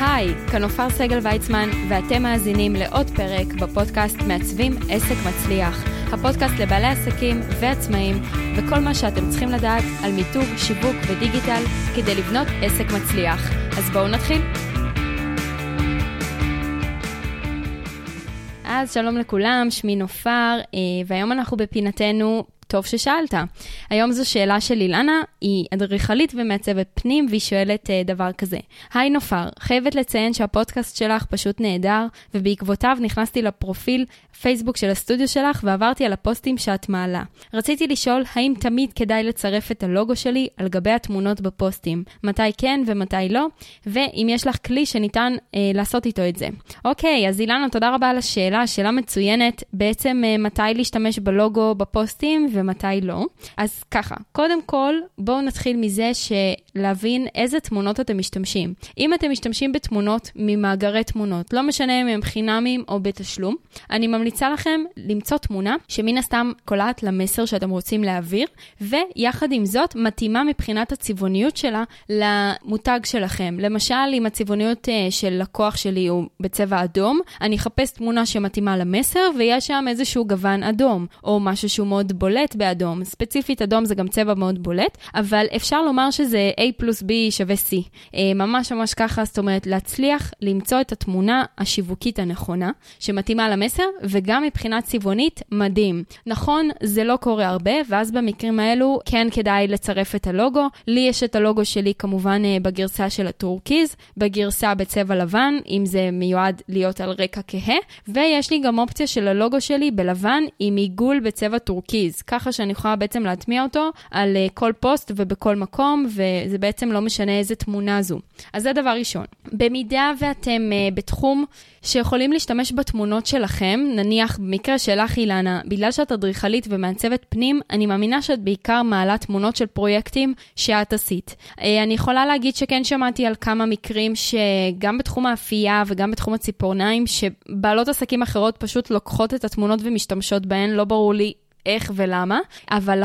היי, כאן נופר סגל ויצמן, ואתם מאזינים לעוד פרק בפודקאסט מעצבים עסק מצליח. הפודקאסט לבעלי עסקים ועצמאים, וכל מה שאתם צריכים לדעת על מיתוג, שיווק ודיגיטל כדי לבנות עסק מצליח. אז בואו נתחיל. אז שלום לכולם, שמי נופר, והיום אנחנו בפינתנו טוב ששאלת. היום זו שאלה של אילנה, היא אדריכלית ומעצבת פנים, והיא שואלת דבר כזה. היי נופר, חייבת לציין שהפודקאסט שלך פשוט נהדר, ובעקבותיו נכנסתי לפרופיל פייסבוק של הסטודיו שלך, ועברתי על הפוסטים שאת מעלה. רציתי לשאול, האם תמיד כדאי לצרף את הלוגו שלי על גבי התמונות בפוסטים? מתי כן ומתי לא? ואם יש לך כלי שניתן לעשות איתו את זה. אוקיי, אז אילנה, תודה רבה על השאלה. שאלה מצוינת, בעצם מתי להשתמש בלוגו בפוסטים ומתי לא. אז ככה, קודם כל, בואו נתחיל מזה להבין איזה תמונות אתם משתמשים. אם אתם משתמשים בתמונות ממאגרי תמונות, לא משנה אם הם חינמים או בתשלום, אני ממליצה לכם למצוא תמונה שמן הסתם קולעת למסר שאתם רוצים להעביר, ויחד עם זאת מתאימה מבחינת הצבעוניות שלה למותג שלכם. למשל, אם הצבעוניות של לקוח שלי הוא בצבע אדום, אני אחפש תמונה שמתאימה למסר, ויש שם איזשהו גוון אדום, או משהו שהוא מאוד בולט באדום. ספציפית אדום זה גם צבע מאוד בולט, אבל אפשר לומר שזה A פלוס B שווה C. ממש ממש ככה, זאת אומרת, להצליח למצוא את התמונה השיווקית הנכונה, שמתאימה למסר, וגם מבחינת צבעונית מדהים. נכון, זה לא קורה הרבה, ואז במקרים האלו כן כדאי לצרף את הלוגו. לי יש את הלוגו שלי כמובן בגרסה של הטורקיז, בגרסה בצבע לבן, אם זה מיועד להיות על רקע כהה, ויש לי גם אופציה של הלוגו שלי בלבן עם עיגול בצבע טורקיז, ככה שאני יכולה בעצם להטמיע אותו על כל פוסט ובכל מקום, וזה בעצם לא משנה איזה תמונה זו. אז זה דבר ראשון. במידה ואתם בתחום שיכולים להשתמש בתמונות שלכם, נניח במקרה שלך אילנה, בגלל שאת אדריכלית ומעצבת פנים, אני מאמינה שאת בעיקר מעלה תמונות של פרויקטים שאת עשית. אני יכולה להגיד שכן שמעתי על כמה מקרים שגם בתחום האפייה וגם בתחום הציפורניים, שבעלות עסקים אחרות פשוט לוקחות את התמונות ומשתמשות בהן, לא ברור לי איך ולמה, אבל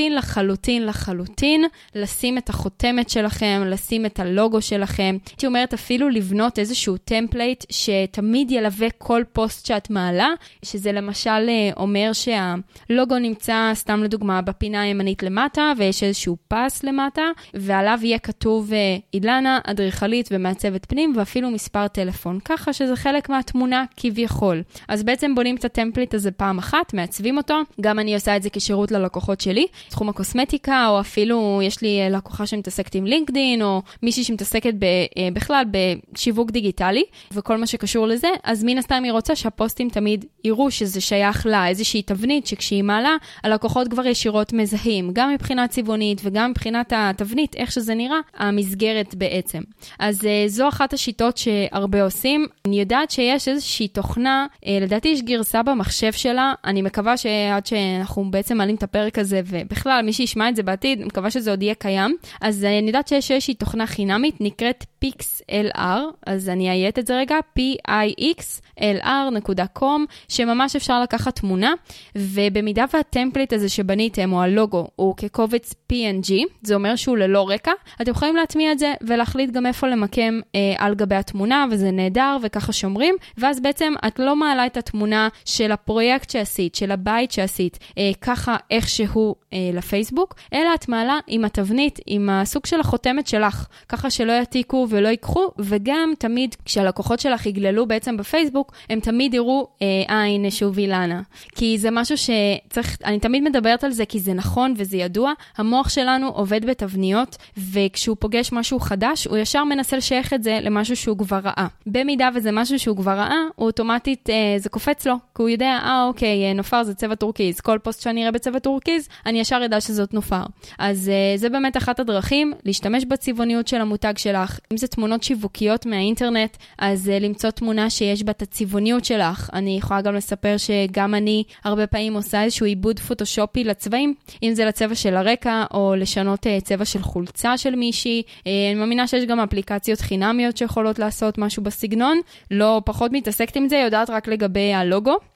לחלוטין, לשים את החותמת שלכם, לשים את הלוגו שלכם. הייתי אומרת אפילו לבנות איזשהו טמפלייט שתמיד ילווה כל פוסט שאת מעלה, שזה למשל אומר שהלוגו נמצא, סתם לדוגמה, בפינה הימנית למטה, ויש איזשהו פס למטה, ועליו יהיה כתוב אילנה, אדריכלית ומעצבת פנים, ואפילו מספר טלפון, ככה שזה חלק מהתמונה כביכול. אז בעצם בונים את הטמפלייט הזה פעם אחת, מעצבים אותו, גם אני עושה את זה כשירות ללקוחות שלי, תחום הקוסמטיקה, או אפילו יש לי לקוחה שמתעסקת עם לינקדין, או מישהי שמתעסקת בכלל בשיווק דיגיטלי, וכל מה שקשור לזה, אז מן הסתם היא רוצה שהפוסטים תמיד יראו שזה שייך לה, איזושהי תבנית שכשהיא מעלה, הלקוחות כבר ישירות מזהים, גם מבחינת צבעונית וגם מבחינת התבנית, איך שזה נראה, המסגרת בעצם. אז זו אחת השיטות שהרבה עושים. אני יודעת שיש איזושהי תוכנה, לדעתי יש גרסה במחשב שלה, אני מקווה שעד אנחנו בעצם מעלים את הפרק הזה, ובכלל מי שישמע את זה בעתיד, מקווה שזה עוד יהיה קיים. אז אני יודעת שיש איזושהי תוכנה חינמית, נקראת PixLR, אז אני אייט את זה רגע, pixlr.com, שממש אפשר לקחת תמונה, ובמידה והטמפליט הזה שבניתם, או הלוגו, הוא כקובץ PNG, זה אומר שהוא ללא רקע, אתם יכולים להטמיע את זה, ולהחליט גם איפה למקם על גבי התמונה, וזה נהדר, וככה שומרים, ואז בעצם את לא מעלה את התמונה של הפרויקט שעשית, של הבית שעשית, ככה איכשהו לפייסבוק, אלא את מעלה עם התבנית, עם הסוג של החותמת שלך, ככה שלא יתיקו ולא ייקחו, וגם תמיד כשהלקוחות שלך יגללו בעצם בפייסבוק, הם תמיד יראו, הנה שוב אילנה. כי זה משהו שצריך, אני תמיד מדברת על זה כי זה נכון וזה ידוע, המוח שלנו עובד בתבניות, וכשהוא פוגש משהו חדש, הוא ישר מנסה לשייך את זה למשהו שהוא כבר ראה. במידה וזה משהו שהוא כבר ראה, הוא אוטומטית, זה קופץ לו, כי הוא יודע, אוקיי, נופר זה צבע טורקיז, כל פוסט שאני אראה בצבע טורקיז, אני ישר ידע שזאת נופר. אז זה באמת אחת הדרכים, להשתמש בצבעוניות של המותג שלך. אם זה תמונות שיווקיות מהאינטרנט, אז למצוא תמונה שיש בה את הצבעוניות שלך. אני יכולה גם לספר שגם אני הרבה פעמים עושה איזשהו עיבוד פוטושופי לצבעים, אם זה לצבע של הרקע, או לשנות צבע של חולצה של מישהי. אני מאמינה שיש גם אפליקציות חינמיות שיכולות לעשות משהו בסגנון. לא פחות מתעסקת עם זה, יודעת רק לגבי הלוגו.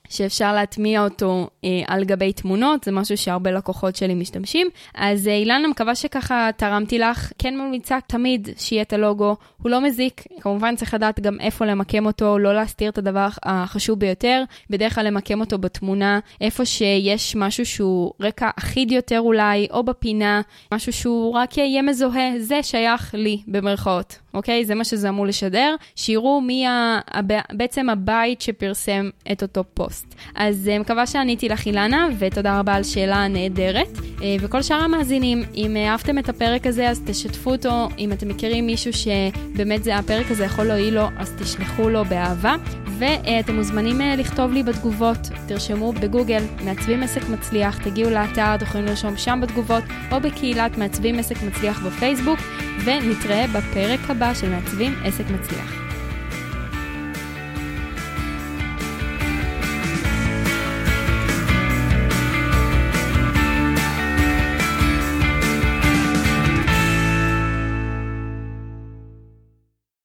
שאפשר להטמיע אותו על גבי תמונות, זה משהו שהרבה לקוחות שלי משתמשים. אז אילנה, מקווה שככה תרמתי לך, כן ממליצה תמיד שיהיה את הלוגו, הוא לא מזיק, כמובן צריך לדעת גם איפה למקם אותו, לא להסתיר את הדבר החשוב ביותר, בדרך כלל למקם אותו בתמונה, איפה שיש משהו שהוא רקע אחיד יותר אולי, או בפינה, משהו שהוא רק יהיה מזוהה, זה שייך לי במרכאות, אוקיי? זה מה שזה אמור לשדר, שיראו מי בעצם הבית שפרסם את אותו פוסט. אז מקווה שעניתי לך אילנה, ותודה רבה על שאלה נהדרת. וכל שאר המאזינים, אם אהבתם את הפרק הזה, אז תשתפו אותו. אם אתם מכירים מישהו שבאמת הפרק הזה יכול להועיל לו, אז תשלחו לו באהבה. ואתם מוזמנים לכתוב לי בתגובות, תרשמו בגוגל מעצבים עסק מצליח, תגיעו לאתר, תוכלו לרשום שם בתגובות, או בקהילת מעצבים עסק מצליח בפייסבוק, ונתראה בפרק הבא של מעצבים עסק מצליח.